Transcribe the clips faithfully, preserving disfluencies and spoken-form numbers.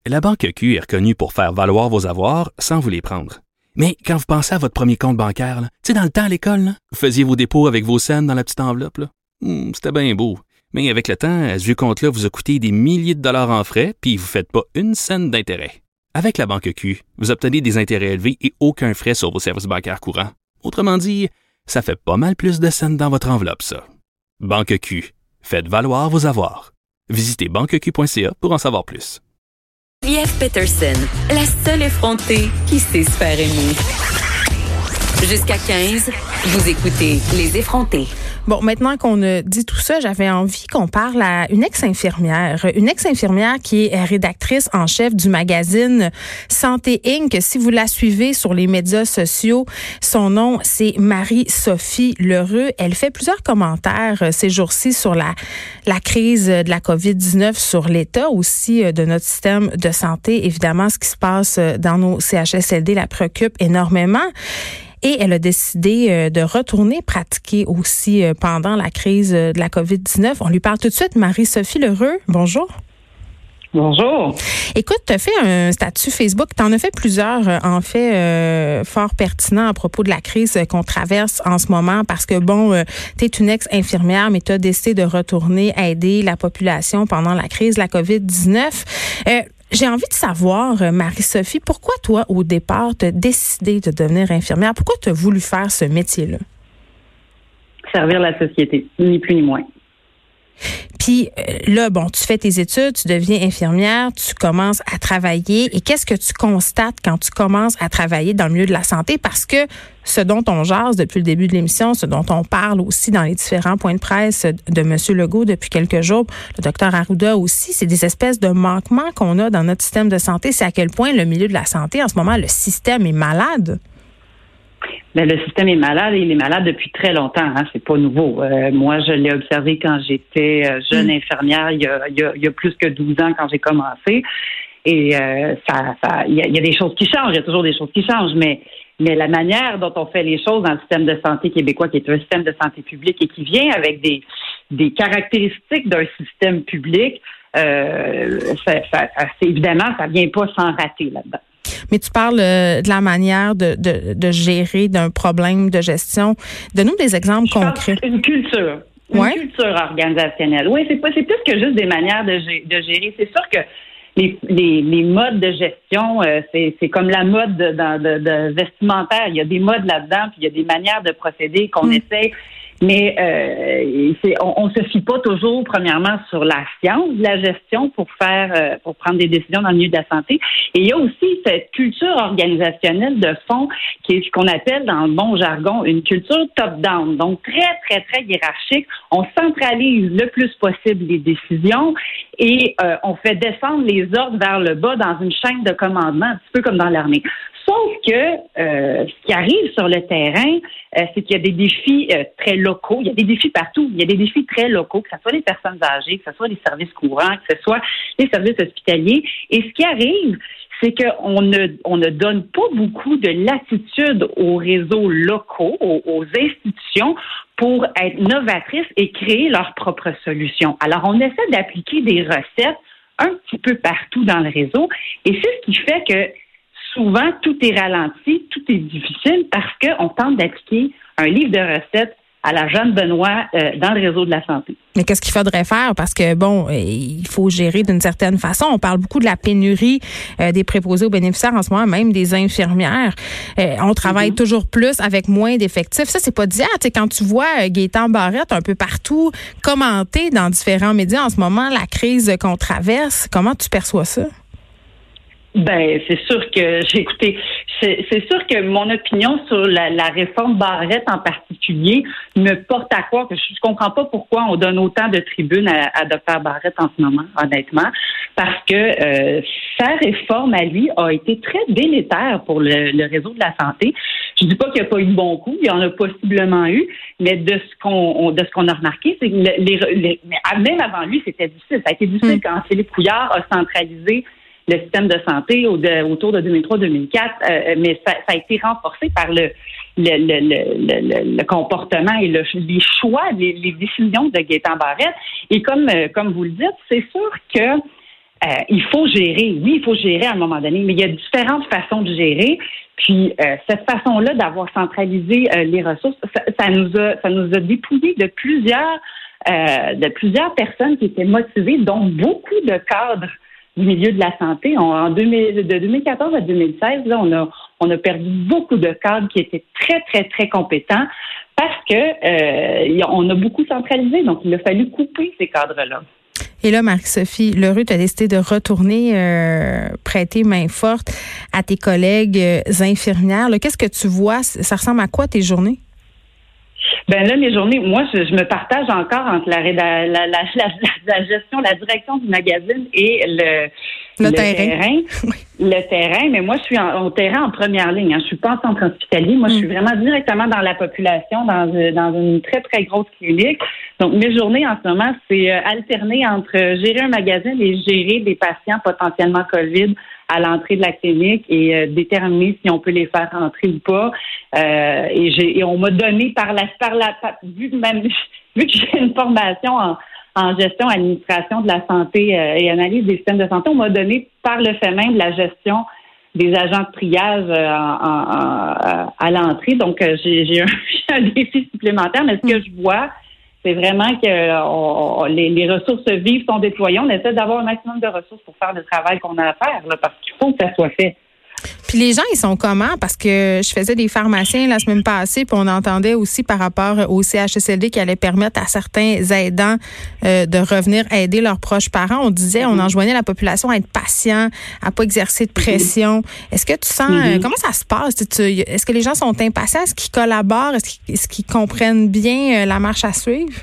La Banque Q est reconnue pour faire valoir vos avoirs sans vous les prendre. Mais quand vous pensez à votre premier compte bancaire, tu sais, dans le temps à l'école, là, vous faisiez vos dépôts avec vos scènes dans la petite enveloppe. Là. Hum, c'était bien beau. Mais avec le temps, ce vieux compte-là vous a coûté des milliers de dollars en frais, puis vous ne faites pas une scène d'intérêt. Avec la Banque Q, vous obtenez des intérêts élevés et aucun frais sur vos services bancaires courants. Autrement dit, ça fait pas mal plus de scènes dans votre enveloppe, ça. Banque Q. Faites valoir vos avoirs. Visitez banque q point c a pour en savoir plus. Geneviève Peterson, la seule effrontée qui sait se faire aimer. Jusqu'à quinze, vous écoutez Les Effrontés. Bon, maintenant qu'on a dit tout ça, j'avais envie qu'on parle à une ex-infirmière. Une ex-infirmière qui est rédactrice en chef du magazine Santé Incorporée. Si vous la suivez sur les médias sociaux, son nom, c'est Marie-Sophie Lheureux. Elle fait plusieurs commentaires ces jours-ci sur la, la crise de la covid dix-neuf, sur l'état aussi de notre système de santé. Évidemment, ce qui se passe dans nos C H S L D la préoccupe énormément. Et elle a décidé de retourner pratiquer aussi pendant la crise de la covid dix-neuf. On lui parle tout de suite. Marie-Sophie Lheureux, bonjour. Bonjour. Écoute, tu as fait un statut Facebook. Tu en as fait plusieurs, en fait, euh, fort pertinents à propos de la crise qu'on traverse en ce moment parce que, bon, euh, tu es une ex-infirmière, mais tu as décidé de retourner aider la population pendant la crise de la covid dix-neuf. Euh, J'ai envie de savoir, Marie-Sophie, pourquoi toi, au départ, tu as décidé de devenir infirmière? Pourquoi tu as voulu faire ce métier-là? Servir la société, ni plus ni moins. Puis là, bon, tu fais tes études, tu deviens infirmière, tu commences à travailler. Et qu'est-ce que tu constates quand tu commences à travailler dans le milieu de la santé? Parce que ce dont on jase depuis le début de l'émission, ce dont on parle aussi dans les différents points de presse de M. Legault depuis quelques jours, le docteur Arruda aussi, c'est des espèces de manquements qu'on a dans notre système de santé. C'est à quel point le milieu de la santé, en ce moment, le système est malade. Bien, le système est malade et il est malade depuis très longtemps. Hein, c'est pas nouveau. Euh, moi, je l'ai observé quand j'étais jeune mmh. infirmière, il y, a, il, y a, il y a plus que douze ans quand j'ai commencé. Et euh, ça, ça, il y, a, il y a des choses qui changent. Il y a toujours des choses qui changent, mais mais la manière dont on fait les choses dans le système de santé québécois, qui est un système de santé publique et qui vient avec des des caractéristiques d'un système public, euh, ça, ça, c'est, évidemment, ça vient pas sans rater là-dedans. Mais tu parles euh, de la manière de, de, de gérer d'un problème de gestion. Donne-nous des exemples Je concrets. Pense une culture. Une ouais. culture organisationnelle. Oui, c'est pas, c'est plus que juste des manières de, de gérer. C'est sûr que les, les, les modes de gestion, euh, c'est, c'est comme la mode de, de, de vestimentaire. Il y a des modes là-dedans, puis il y a des manières de procéder qu'on mm. essaie. Mais euh, c'est, on, on se fie pas toujours, premièrement, sur la science de la gestion pour faire, euh, pour prendre des décisions dans le milieu de la santé. Et il y a aussi cette culture organisationnelle de fond qui est ce qu'on appelle dans le bon jargon une culture top-down. Donc très, très, très hiérarchique. On centralise le plus possible les décisions et euh, on fait descendre les ordres vers le bas dans une chaîne de commandement, un petit peu comme dans l'armée. Sauf que euh, ce qui arrive sur le terrain, euh, c'est qu'il y a des défis euh, très locaux. Il y a des défis partout. Il y a des défis très locaux, que ce soit les personnes âgées, que ce soit les services courants, que ce soit les services hospitaliers. Et ce qui arrive, c'est qu'on ne, on ne donne pas beaucoup de latitude aux réseaux locaux, aux, aux institutions, pour être novatrices et créer leurs propres solutions. Alors, on essaie d'appliquer des recettes un petit peu partout dans le réseau. Et c'est ce qui fait que souvent, tout est ralenti, tout est difficile parce qu'on tente d'appliquer un livre de recettes à la Jeanne Benoît euh, dans le réseau de la santé. Mais qu'est-ce qu'il faudrait faire? Parce que, bon, il faut gérer d'une certaine façon. On parle beaucoup de la pénurie euh, des préposés aux bénéficiaires en ce moment, même des infirmières. Euh, on travaille mm-hmm. toujours plus avec moins d'effectifs. Ça, c'est pas d'hier. Tu sais, quand tu vois euh, Gaétan Barrette un peu partout commenter dans différents médias en ce moment la crise qu'on traverse, comment tu perçois ça? Ben, c'est sûr que j'ai écouté. C'est, c'est sûr que mon opinion sur la, la réforme Barrette en particulier me porte à croire que je ne comprends pas pourquoi on donne autant de tribunes à, à docteur Barrette en ce moment, honnêtement, parce que euh, sa réforme à lui a été très délétère pour le, le réseau de la santé. Je dis pas qu'il n'y a pas eu de bons coups, il y en a possiblement eu, mais de ce qu'on on, de ce qu'on a remarqué, c'est que les, les, les, même avant lui, c'était difficile. Ça a été difficile mmh. quand Philippe Couillard a centralisé le système de santé au de, autour de deux mille trois deux mille quatre, euh, mais ça, ça a été renforcé par le, le, le, le, le, le comportement et le, les choix, les, les décisions de Gaétan Barrette. Et comme, euh, comme vous le dites, c'est sûr que euh, il faut gérer. Oui, il faut gérer à un moment donné, mais il y a différentes façons de gérer. Puis euh, cette façon-là d'avoir centralisé euh, les ressources, ça, ça nous a, ça nous a dépouillé de plusieurs, euh, de plusieurs personnes qui étaient motivées, dont beaucoup de cadres du milieu de la santé. On, en deux mille, de deux mille quatorze à deux mille seize, là, on a, on a perdu beaucoup de cadres qui étaient très, très, très compétents parce que euh, on a beaucoup centralisé. Donc, il a fallu couper ces cadres-là. Et là, Marie-Sophie L'Heureux, tu as décidé de retourner euh, prêter main forte à tes collègues euh, infirmières. Là, qu'est-ce que tu vois? Ça ressemble à quoi tes journées? Ben là, mes journées, moi, je, je me partage encore entre la, la, la, la, la, la gestion, la direction du magazine et le, le, le terrain. terrain. Oui. Le terrain, mais moi, je suis en, au terrain en première ligne. Hein. Je suis pas en centre hospitalier. Moi, mm. je suis vraiment directement dans la population, dans, dans une très, très grosse clinique. Donc, mes journées en ce moment, c'est alterner entre gérer un magazine et gérer des patients potentiellement COVID à l'entrée de la clinique et euh, déterminer si on peut les faire rentrer ou pas. Euh, et, j'ai, et on m'a donné par la par la vu que même vu que j'ai une formation en, en gestion, administration de la santé euh, et analyse des systèmes de santé, on m'a donné par le fait même de la gestion des agents de triage euh, en, en, en, à l'entrée. Donc euh, j'ai, j'ai, un, j'ai un défi supplémentaire, mais ce que je vois, c'est vraiment que on, les, les ressources vives sont déployées. On essaie d'avoir un maximum de ressources pour faire le travail qu'on a à faire, là, parce qu'il faut que ça soit fait. Puis les gens, ils sont comment? Parce que je faisais des pharmaciens la semaine passée, puis on entendait aussi par rapport au C H S L D qui allait permettre à certains aidants euh, de revenir aider leurs proches parents. On disait, mm-hmm. on enjoignait la population à être patient, à pas exercer de pression. Mm-hmm. Est-ce que tu sens, mm-hmm. euh, comment ça se passe? Tu, est-ce que les gens sont impatients? Est-ce qu'ils collaborent? Est-ce qu'ils, est-ce qu'ils comprennent bien euh, la marche à suivre?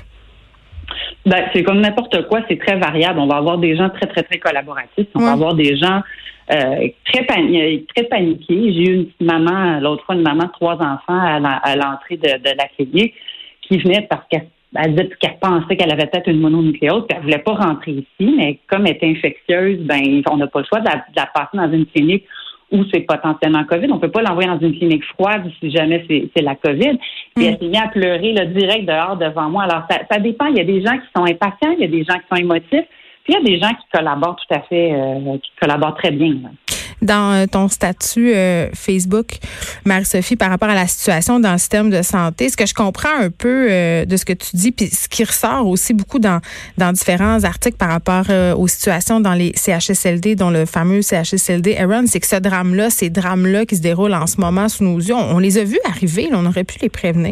Ben, c'est comme n'importe quoi, c'est très variable. On va avoir des gens très, très, très collaboratifs. On ouais. va avoir des gens euh, très, pani- très paniqués. J'ai eu une petite maman, l'autre fois, une maman de trois enfants à, la, à l'entrée de, de la clinique qui venait parce qu'elle elle disait qu'elle pensait qu'elle avait peut-être une mononucléose, qu'elle voulait pas rentrer ici, mais comme elle est infectieuse, ben on n'a pas le choix de la, de la passer dans une clinique où c'est potentiellement COVID. On peut pas l'envoyer dans une clinique froide si jamais c'est, c'est la COVID. Puis mm. elle s'est mise à pleurer là, direct dehors devant moi. Alors, ça, ça dépend. Il y a des gens qui sont impatients, il y a des gens qui sont émotifs, puis il y a des gens qui collaborent tout à fait, euh, qui collaborent très bien. Là. Dans euh, ton statut euh, Facebook, Marie-Sophie, par rapport à la situation dans le système de santé, ce que je comprends un peu euh, de ce que tu dis, puis ce qui ressort aussi beaucoup dans dans différents articles par rapport euh, aux situations dans les C H S L D, dont le fameux C H S L D Aaron, c'est que ce drame-là, ces drames-là qui se déroulent en ce moment sous nos yeux, on, on les a vus arriver, là, on aurait pu les prévenir.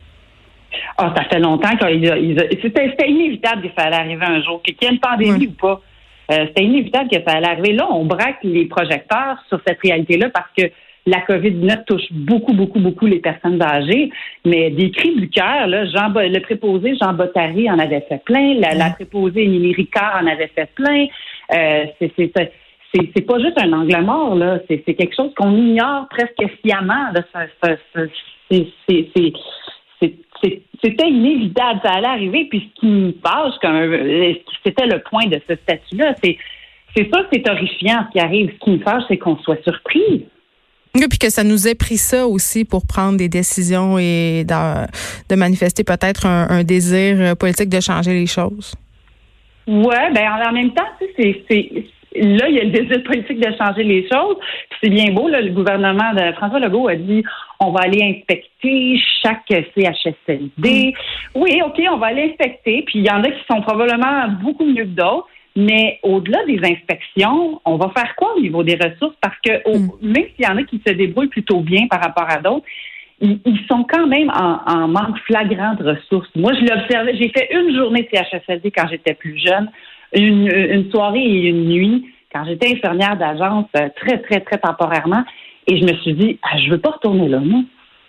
Ah, oh, ça fait longtemps qu'ils a, ils a, c'était, c'était inévitable que ça allait arriver un jour, qu'il y ait une pandémie oui. ou pas. Euh, c'était inévitable que ça allait arriver. Là, on braque les projecteurs sur cette réalité-là parce que la covid dix-neuf touche beaucoup, beaucoup, beaucoup les personnes âgées. Mais des cris du cœur, là, Jean, le préposé Jean Bottary en avait fait plein, la, la préposée Émilie Ricard en avait fait plein. Euh, c'est, c'est, c'est, c'est, c'est pas juste un angle mort, là. C'est, c'est quelque chose qu'on ignore presque sciemment. Là. Ça, ça, ça, c'est, c'est, c'est, c'est, c'est, c'était inévitable, ça allait arriver. Puis ce qui me fâche, comme c'était le point de ce statut-là, c'est, c'est ça, c'est horrifiant ce qui arrive. Ce qui me fâche, c'est qu'on soit surpris. Oui, puis que ça nous ait pris ça aussi pour prendre des décisions et de, de manifester peut-être un, un désir politique de changer les choses. Ouais, ben en même temps, tu sais, c'est, c'est là, il y a le désir politique de changer les choses. Puis c'est bien beau, là, le gouvernement de François Legault a dit on va aller inspecter chaque C H S L D. Mmh. Oui, OK, on va aller inspecter. Puis il y en a qui sont probablement beaucoup mieux que d'autres. Mais au-delà des inspections, on va faire quoi au niveau des ressources? Parce que au, mmh. même s'il y en a qui se débrouillent plutôt bien par rapport à d'autres, ils, ils sont quand même en, en manque flagrant de ressources. Moi, je l'observais. J'ai fait une journée de C H S L D quand j'étais plus jeune. Une, une soirée et une nuit quand j'étais infirmière d'agence très, très, très temporairement. Et je me suis dit, ah, je veux pas retourner là, moi.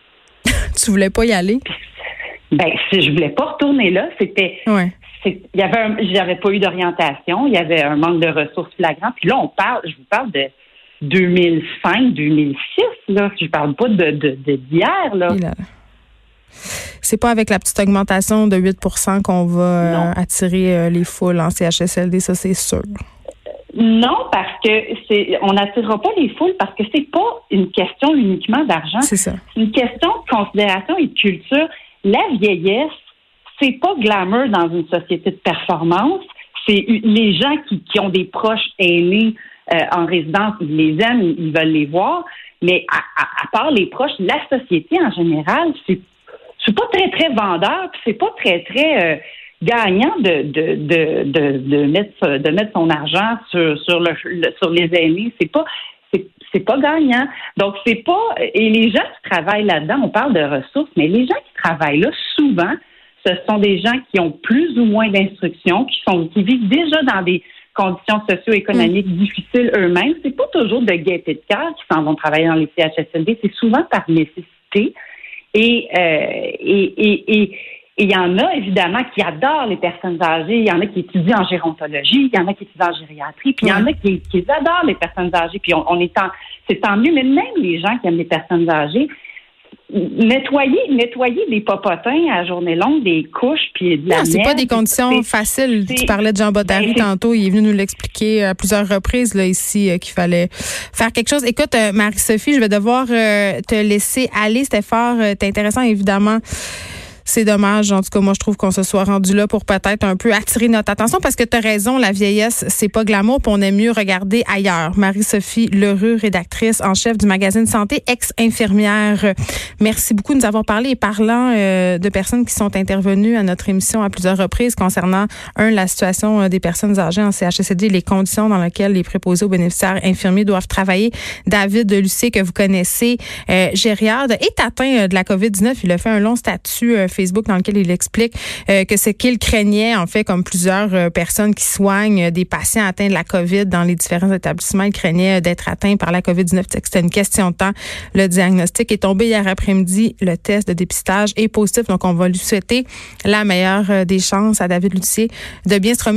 Tu voulais pas y aller? Ben, si je voulais pas retourner là, c'était... Ouais. C'est, il y avait un, j'avais pas eu d'orientation, il y avait un manque de ressources flagrant. Puis là, on parle, je vous parle de deux mille cinq, deux mille six, là. Je parle pas de, de, de d'hier, là. là. C'est pas avec la petite augmentation de huit pour cent qu'on va euh, attirer euh, les foules en C H S L D, ça c'est sûr. Non, parce que c'est, on n'attirera pas les foules parce que c'est pas une question uniquement d'argent. C'est ça. C'est une question de considération et de culture. La vieillesse, c'est pas glamour dans une société de performance. c'est les gens qui, qui ont des proches aînés euh, en résidence, ils les aiment, ils veulent les voir, mais à, à, à part les proches, la société en général, c'est c'est pas très, très vendeur, puis c'est pas très, très euh, gagnant de de, de de de mettre de mettre son argent sur sur le, le sur les aînés. C'est pas c'est c'est pas gagnant. Donc c'est pas et les gens qui travaillent là-dedans, on parle de ressources, mais les gens qui travaillent là, souvent, ce sont des gens qui ont plus ou moins d'instruction, qui sont qui vivent déjà dans des conditions socio-économiques mmh. difficiles eux-mêmes. C'est pas toujours de gaieté de cœur qui s'en vont travailler dans les C H S L D, c'est souvent par nécessité. Et euh, et et et il y en a évidemment qui adorent les personnes âgées, il y en a qui étudient en gérontologie, il y en a qui étudient en gériatrie, puis il y en a qui, qui adorent les personnes âgées, puis on, on est en, c'est tant mieux, mais même les gens qui aiment les personnes âgées, nettoyer nettoyer des popotins à journée longue, des couches, puis de la non, c'est merde, pas des conditions c'est, faciles. c'est, tu parlais de Jean Bottary ben, tantôt, il est venu nous l'expliquer à plusieurs reprises là ici euh, qu'il fallait faire quelque chose. Écoute, euh, Marie-Sophie, je vais devoir euh, te laisser aller. C'était fort euh, intéressant, évidemment. C'est dommage. En tout cas, moi, je trouve qu'on se soit rendu là pour peut-être un peu attirer notre attention parce que tu as raison, la vieillesse, c'est pas glamour, puis on aime mieux regarder ailleurs. Marie-Sophie L'Heureux, rédactrice en chef du magazine Santé, ex-infirmière. Merci beaucoup de nous avoir parlé et parlant euh, de personnes qui sont intervenues à notre émission à plusieurs reprises concernant, un, la situation des personnes âgées en C H S L D, les conditions dans lesquelles les préposés aux bénéficiaires infirmiers doivent travailler. David Lucier, que vous connaissez, euh, gériatre, est atteint de la covid dix-neuf. Il a fait un long statut euh, Facebook dans lequel il explique euh, que c'est qu'il craignait, en fait, comme plusieurs euh, personnes qui soignent euh, des patients atteints de la COVID dans les différents établissements, il craignait euh, d'être atteint par la covid dix-neuf. C'était une question de temps. Le diagnostic est tombé hier après-midi. Le test de dépistage est positif. Donc, on va lui souhaiter la meilleure euh, des chances à David Lucier de bien se remettre.